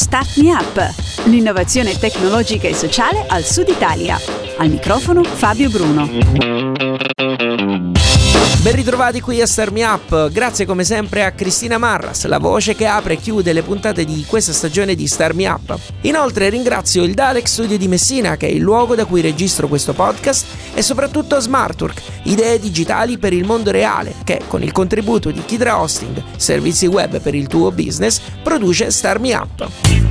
Start Me Up, l'innovazione tecnologica e sociale al Sud Italia. Al microfono Fabio Bruno. Ben ritrovati qui a Start Me Up, grazie come sempre a Cristina Marras, la voce che apre e chiude le puntate di questa stagione di Start Me Up. Inoltre ringrazio il Dalek Studio di Messina, che è il luogo da cui registro questo podcast, e soprattutto Smartwork, idee digitali per il mondo reale, che con il contributo di Kidra Hosting, servizi web per il tuo business, produce Start Me Up.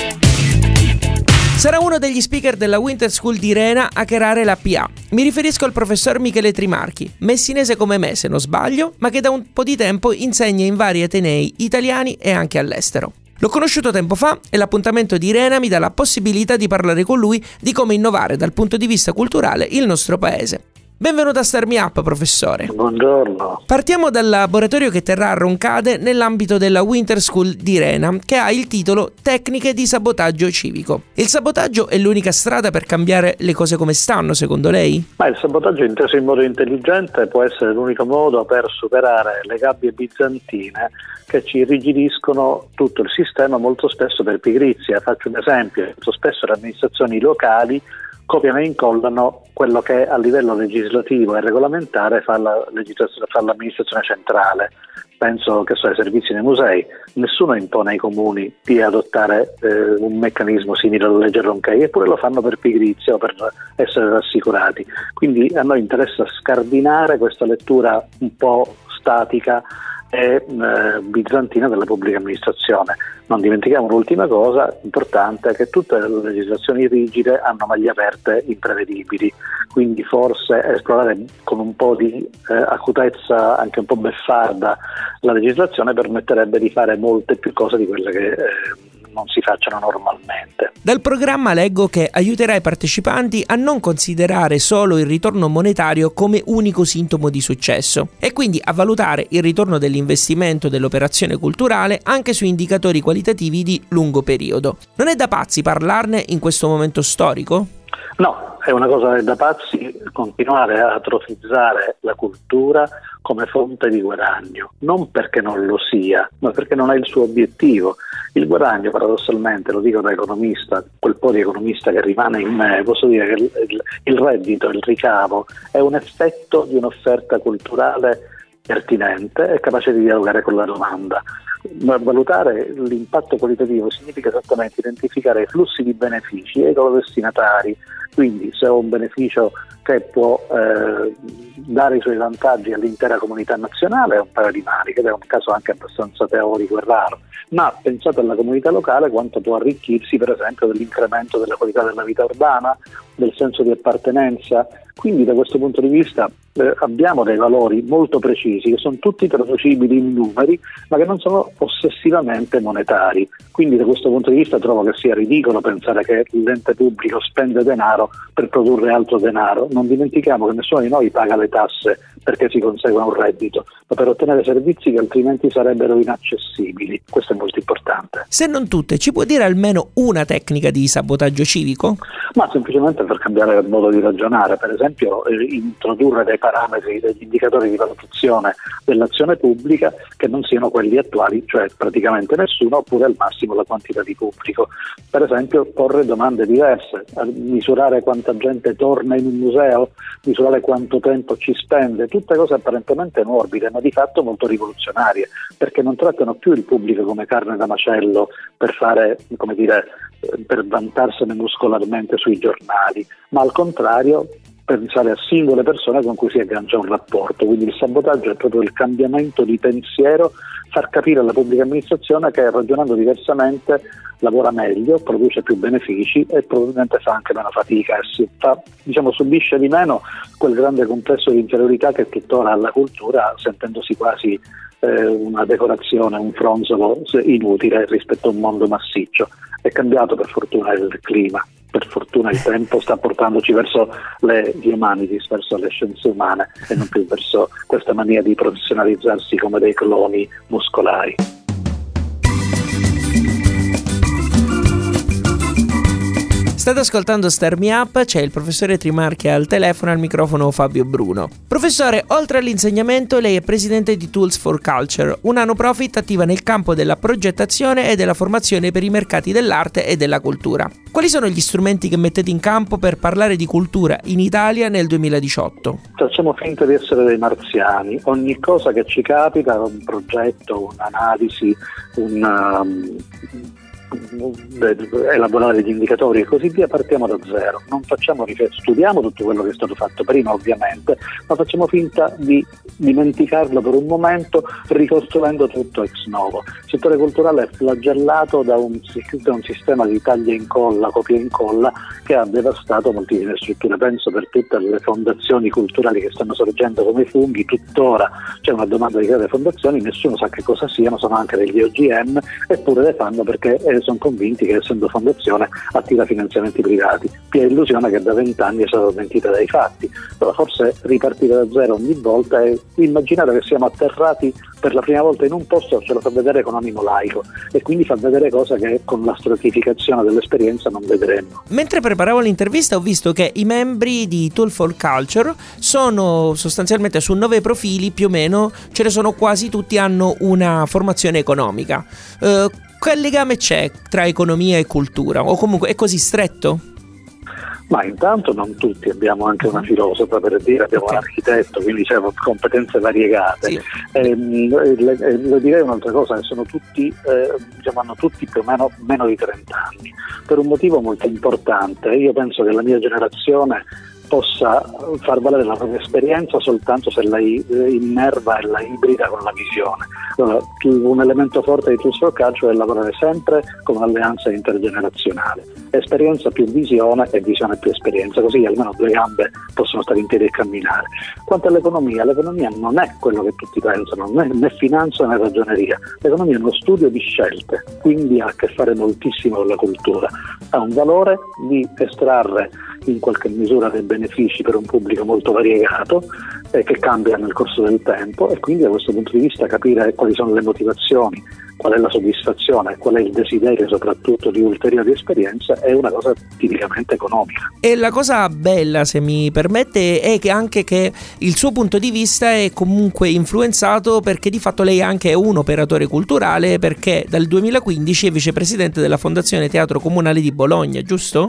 Sarà uno degli speaker della Winter School di Rena a creare la PA. Mi riferisco al professor Michele Trimarchi, messinese come me se non sbaglio, ma che da un po' di tempo insegna in vari atenei italiani e anche all'estero. L'ho conosciuto tempo fa e l'appuntamento di Rena mi dà la possibilità di parlare con lui di come innovare dal punto di vista culturale il nostro paese. Benvenuto a Start Me Up, professore. Buongiorno. Partiamo dal laboratorio che terrà a Roncade nell'ambito della Winter School di Rena, che ha il titolo Tecniche di sabotaggio civico. Il sabotaggio è l'unica strada per cambiare le cose come stanno, secondo lei? Ma il sabotaggio inteso in modo intelligente può essere l'unico modo per superare le gabbie bizantine che ci irrigidiscono tutto il sistema, molto spesso per pigrizia. Faccio un esempio: molto spesso le amministrazioni locali copiano e incollano quello che a livello legislativo e regolamentare fa l'amministrazione centrale. Penso che ai servizi nei musei. Nessuno impone ai comuni di adottare un meccanismo simile alla legge Ronchey, eppure lo fanno per pigrizia o per essere rassicurati. Quindi a noi interessa scardinare questa lettura un po' statica e bizantina della pubblica amministrazione. Non dimentichiamo l'ultima cosa importante, che tutte le legislazioni rigide hanno maglie aperte imprevedibili, quindi forse esplorare con un po' di acutezza, anche un po' beffarda, la legislazione permetterebbe di fare molte più cose di quelle che non si facciano normalmente. Dal programma leggo che aiuterà i partecipanti a non considerare solo il ritorno monetario come unico sintomo di successo e quindi a valutare il ritorno dell'investimento dell'operazione culturale anche su indicatori qualitativi di lungo periodo. Non è da pazzi parlarne in questo momento storico? No, è una cosa da pazzi continuare a atrofizzare la cultura come fonte di guadagno, non perché non lo sia, ma perché non è il suo obiettivo. Il guadagno, paradossalmente, lo dico da economista, quel po' di economista che rimane in me, posso dire che il reddito, il ricavo è un effetto di un'offerta culturale pertinente e capace di dialogare con la domanda. Ma valutare l'impatto qualitativo significa esattamente identificare i flussi di benefici e i loro destinatari. Quindi se ho un beneficio che può dare i suoi vantaggi all'intera comunità nazionale è un paio di maniche, ed è un caso anche abbastanza teorico e raro, ma pensate alla comunità locale quanto può arricchirsi per esempio dell'incremento della qualità della vita urbana, del senso di appartenenza. Quindi da questo punto di vista abbiamo dei valori molto precisi che sono tutti traducibili in numeri, ma che non sono ossessivamente monetari. Quindi da questo punto di vista trovo che sia ridicolo pensare che l'ente pubblico spende denaro per produrre altro denaro. Non dimentichiamo che nessuno di noi paga le tasse perché si consegua un reddito, ma per ottenere servizi che altrimenti sarebbero inaccessibili. Questo è molto importante. Se non tutte, ci può dire almeno una tecnica di sabotaggio civico? Ma semplicemente per cambiare il modo di ragionare. Per esempio introdurre dei parametri, degli indicatori di valutazione dell'azione pubblica che non siano quelli attuali, cioè praticamente nessuno, oppure al massimo la quantità di pubblico. Per esempio porre domande diverse, misurare quanta gente torna in un museo, misurare quanto tempo ci spende, tutte cose apparentemente morbide ma di fatto molto rivoluzionarie, perché non trattano più il pubblico come carne da macello per fare, come dire, per vantarsene muscolarmente sui giornali, ma al contrario pensare a singole persone con cui si aggancia un rapporto. Quindi il sabotaggio è proprio il cambiamento di pensiero, far capire alla pubblica amministrazione che ragionando diversamente lavora meglio, produce più benefici e probabilmente fa anche meno fatica e subisce di meno quel grande complesso di inferiorità che tuttora ha la cultura, sentendosi quasi una decorazione, un fronzolo inutile rispetto a un mondo massiccio. È cambiato per fortuna il clima, per fortuna il tempo sta portandoci verso le humanities, verso le scienze umane e non più verso questa mania di professionalizzarsi come dei cloni muscolari. State ascoltando Start Me Up, c'è il professore Trimarchi al telefono, al microfono Fabio Bruno. Professore, oltre all'insegnamento lei è presidente di Tools for Culture, una no profit attiva nel campo della progettazione e della formazione per i mercati dell'arte e della cultura. Quali sono gli strumenti che mettete in campo per parlare di cultura in Italia nel 2018? Facciamo finta di essere dei marziani. Ogni cosa che ci capita, un progetto, un'analisi, elaborare gli indicatori e così via, partiamo da zero. Non facciamo studiamo tutto quello che è stato fatto prima, ovviamente, ma facciamo finta di dimenticarlo per un momento, ricostruendo tutto ex novo. Il settore culturale è flagellato da un sistema di taglia e incolla, copia e incolla, che ha devastato moltissime strutture. Penso per tutte le fondazioni culturali che stanno sorgendo come funghi. Tuttora c'è una domanda di creare fondazioni, nessuno sa che cosa siano, sono anche degli OGM, eppure le fanno perché sono convinti che, essendo fondazione, attira finanziamenti privati. Pia illusione che da 20 anni è stata smentita dai fatti. Però forse ripartire da zero ogni volta e immaginare che siamo atterrati per la prima volta in un posto ce lo fa vedere con animo laico, e quindi fa vedere cose che con la stratificazione dell'esperienza non vedremo. Mentre preparavo l'intervista ho visto che i membri di Tools for Culture sono sostanzialmente su 9 profili, più o meno, ce ne sono quasi tutti hanno una formazione economica. Che legame c'è tra economia e cultura? O comunque è così stretto? Ma intanto non tutti, abbiamo anche una filosofa, per dire, abbiamo un architetto, quindi c'è competenze variegate. Sì. Le direi un'altra cosa, che sono tutti, hanno tutti più o meno di 30 anni, per un motivo molto importante. Io penso che la mia generazione possa far valere la propria esperienza soltanto se la innerva e la ibrida con la visione. Allora, un elemento forte di Tools for Culture è lavorare sempre con un'alleanza intergenerazionale. Esperienza più visione e visione più esperienza, così almeno due gambe possono stare in piedi e camminare. Quanto all'economia, l'economia non è quello che tutti pensano, non è né finanza né ragioneria. L'economia è uno studio di scelte, quindi ha a che fare moltissimo con la cultura. Ha un valore di estrarre in qualche misura dei benefici per un pubblico molto variegato che cambia nel corso del tempo, e quindi da questo punto di vista capire quali sono le motivazioni, qual è la soddisfazione, qual è il desiderio soprattutto di ulteriori esperienze, è una cosa tipicamente economica. E la cosa bella, se mi permette, è che anche che il suo punto di vista è comunque influenzato, perché di fatto lei anche è un operatore culturale, perché dal 2015 è vicepresidente della Fondazione Teatro Comunale di Bologna, giusto?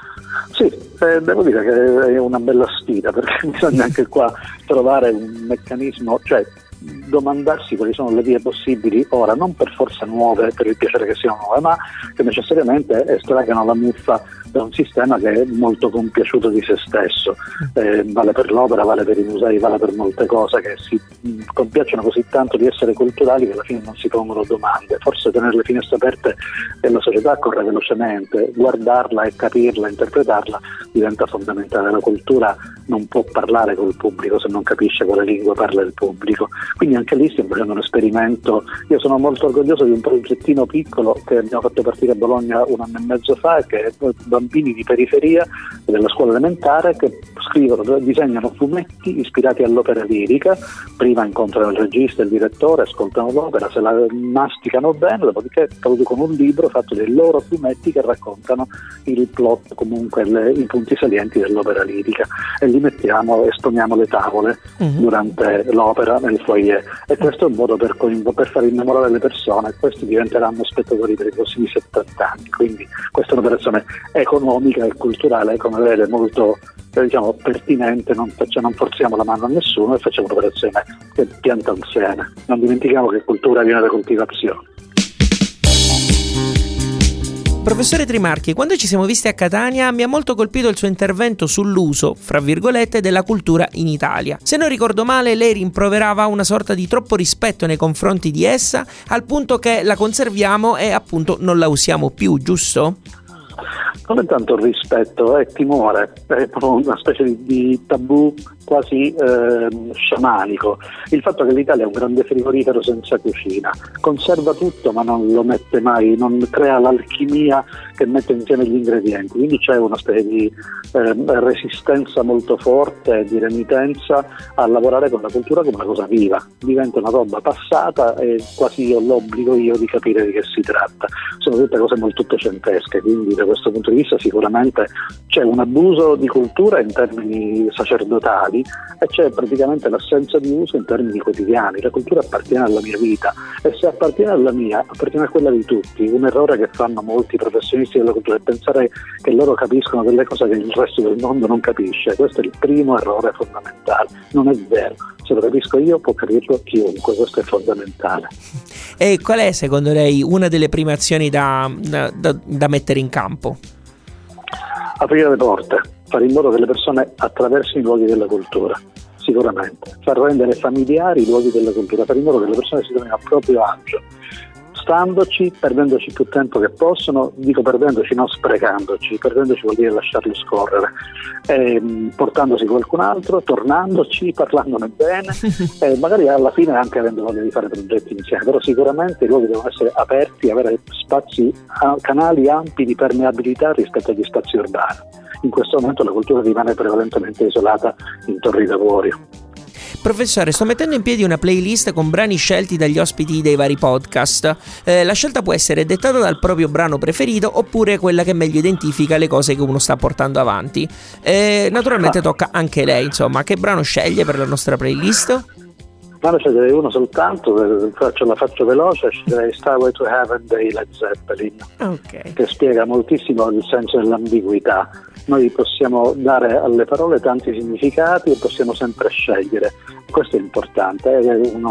Sì, devo dire che è una bella sfida, perché bisogna anche qua trovare un meccanismo, cioè domandarsi quali sono le vie possibili ora, non per forza nuove, per il piacere che siano nuove, ma che necessariamente estraggano la muffa da un sistema che è molto compiaciuto di se stesso. Vale per l'opera, vale per i musei, vale per molte cose che si compiacciono così tanto di essere culturali che alla fine non si pongono domande. Forse tenere le finestre aperte e la società corre velocemente, guardarla e capirla, interpretarla diventa fondamentale. La cultura non può parlare col pubblico se non capisce quale lingua parla il pubblico. Quindi anche lì stiamo facendo un esperimento. Io sono molto orgoglioso di un progettino piccolo che abbiamo fatto partire a Bologna 1 anno e mezzo fa, che è bambini di periferia della scuola elementare che disegnano fumetti ispirati all'opera lirica. Prima incontrano il regista e il direttore, ascoltano l'opera, se la masticano bene, dopodiché producono un libro fatto dei loro fumetti che raccontano il plot, comunque i punti salienti dell'opera lirica, e li esponiamo le tavole durante l'opera nel foyer, e questo è un modo per far innamorare le persone. Questi diventeranno spettatori per i prossimi 70 anni, quindi questa è un'operazione economica e culturale, come vede, molto pertinente. Non forziamo la mano a nessuno e facciamo un'operazione che pianta un seme. Non dimentichiamo che cultura viene da coltivazione. Professore Trimarchi, quando ci siamo visti a Catania mi ha molto colpito il suo intervento sull'uso, fra virgolette, della cultura in Italia. Se non ricordo male, lei rimproverava una sorta di troppo rispetto nei confronti di essa, al punto che la conserviamo e appunto non la usiamo più, giusto? Non è tanto rispetto, è timore, è proprio una specie di tabù quasi sciamanico, il fatto che l'Italia è un grande frigorifero senza cucina, conserva tutto ma non lo mette mai, non crea l'alchimia che mette insieme gli ingredienti, quindi c'è una specie di resistenza molto forte, di renitenza a lavorare con la cultura come una cosa viva, diventa una roba passata e quasi io l'obbligo di capire di che si tratta. Sono tutte cose molto ottocentesche, quindi da questo punto di vista sicuramente c'è un abuso di cultura in termini sacerdotali e c'è praticamente l'assenza di uso in termini quotidiani. La cultura appartiene alla mia vita e se appartiene alla mia, appartiene a quella di tutti. Un errore che fanno molti professionisti della cultura è pensare che loro capiscono delle cose che il resto del mondo non capisce. Questo è il primo errore fondamentale. Non è vero. Se lo capisco io, può capirlo chiunque, questo è fondamentale. E qual è secondo lei una delle prime azioni da mettere in campo? Aprire le porte, fare in modo che le persone attraversino i luoghi della cultura, sicuramente. Far rendere familiari i luoghi della cultura, fare in modo che le persone si trovino a proprio agio, standoci, perdendoci più tempo che possono, dico perdendoci, non sprecandoci, perdendoci vuol dire lasciarlo scorrere, portandosi qualcun altro, tornandoci, parlandone bene e magari alla fine anche avendo voglia di fare progetti insieme, però sicuramente i luoghi devono essere aperti, avere spazi, canali ampi di permeabilità rispetto agli spazi urbani. In questo momento la cultura rimane prevalentemente isolata in torri d'avorio. Professore, sto mettendo in piedi una playlist con brani scelti dagli ospiti dei vari podcast. La scelta può essere dettata dal proprio brano preferito oppure quella che meglio identifica le cose che uno sta portando avanti. Naturalmente tocca anche lei, insomma. Che brano sceglie per la nostra playlist? Ma ne sceglierei uno soltanto, la faccio veloce, sceglierei Stairway to Heaven dei Led Zeppelin, okay, che spiega moltissimo il senso dell'ambiguità. Noi possiamo dare alle parole tanti significati e possiamo sempre scegliere. Questo è importante.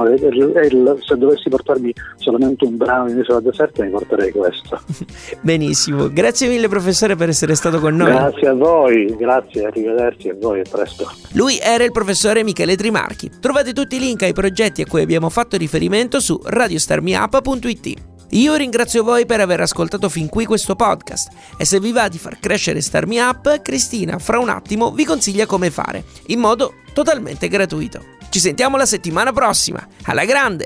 Se dovessi portarmi solamente un brano in isola deserta, mi porterei questo. Benissimo, grazie mille professore per essere stato con noi. Grazie a voi, grazie, arrivederci a voi, a presto. Lui era il professore Michele Trimarchi. Trovate tutti i link ai progetti a cui abbiamo fatto riferimento su radiostarmiup.it. Io ringrazio voi per aver ascoltato fin qui questo podcast e se vi va di far crescere Start Me Up, Cristina fra un attimo vi consiglia come fare, in modo totalmente gratuito. Ci sentiamo la settimana prossima, alla grande!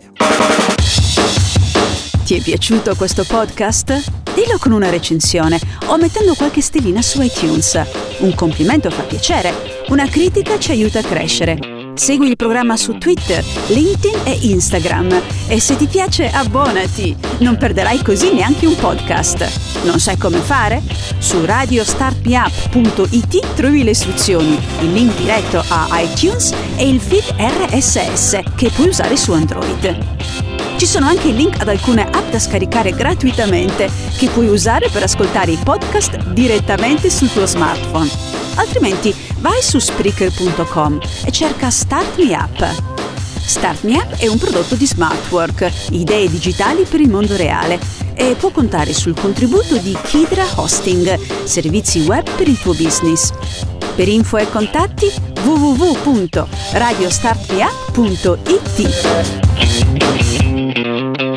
Ti è piaciuto questo podcast? Dillo con una recensione o mettendo qualche stellina su iTunes. Un complimento fa piacere, una critica ci aiuta a crescere. Segui il programma su Twitter, LinkedIn e Instagram e se ti piace abbonati, non perderai così neanche un podcast. Non sai come fare? Su radiostartmeup.it trovi le istruzioni, il link diretto a iTunes e il feed RSS che puoi usare su Android. Ci sono anche i link ad alcune app da scaricare gratuitamente che puoi usare per ascoltare i podcast direttamente sul tuo smartphone. Altrimenti vai su Spreaker.com e cerca Start Me Up. Start Me Up è un prodotto di Smartwork, idee digitali per il mondo reale e può contare sul contributo di Kidra Hosting, servizi web per il tuo business. Per info e contatti www.radiostartmeup.it.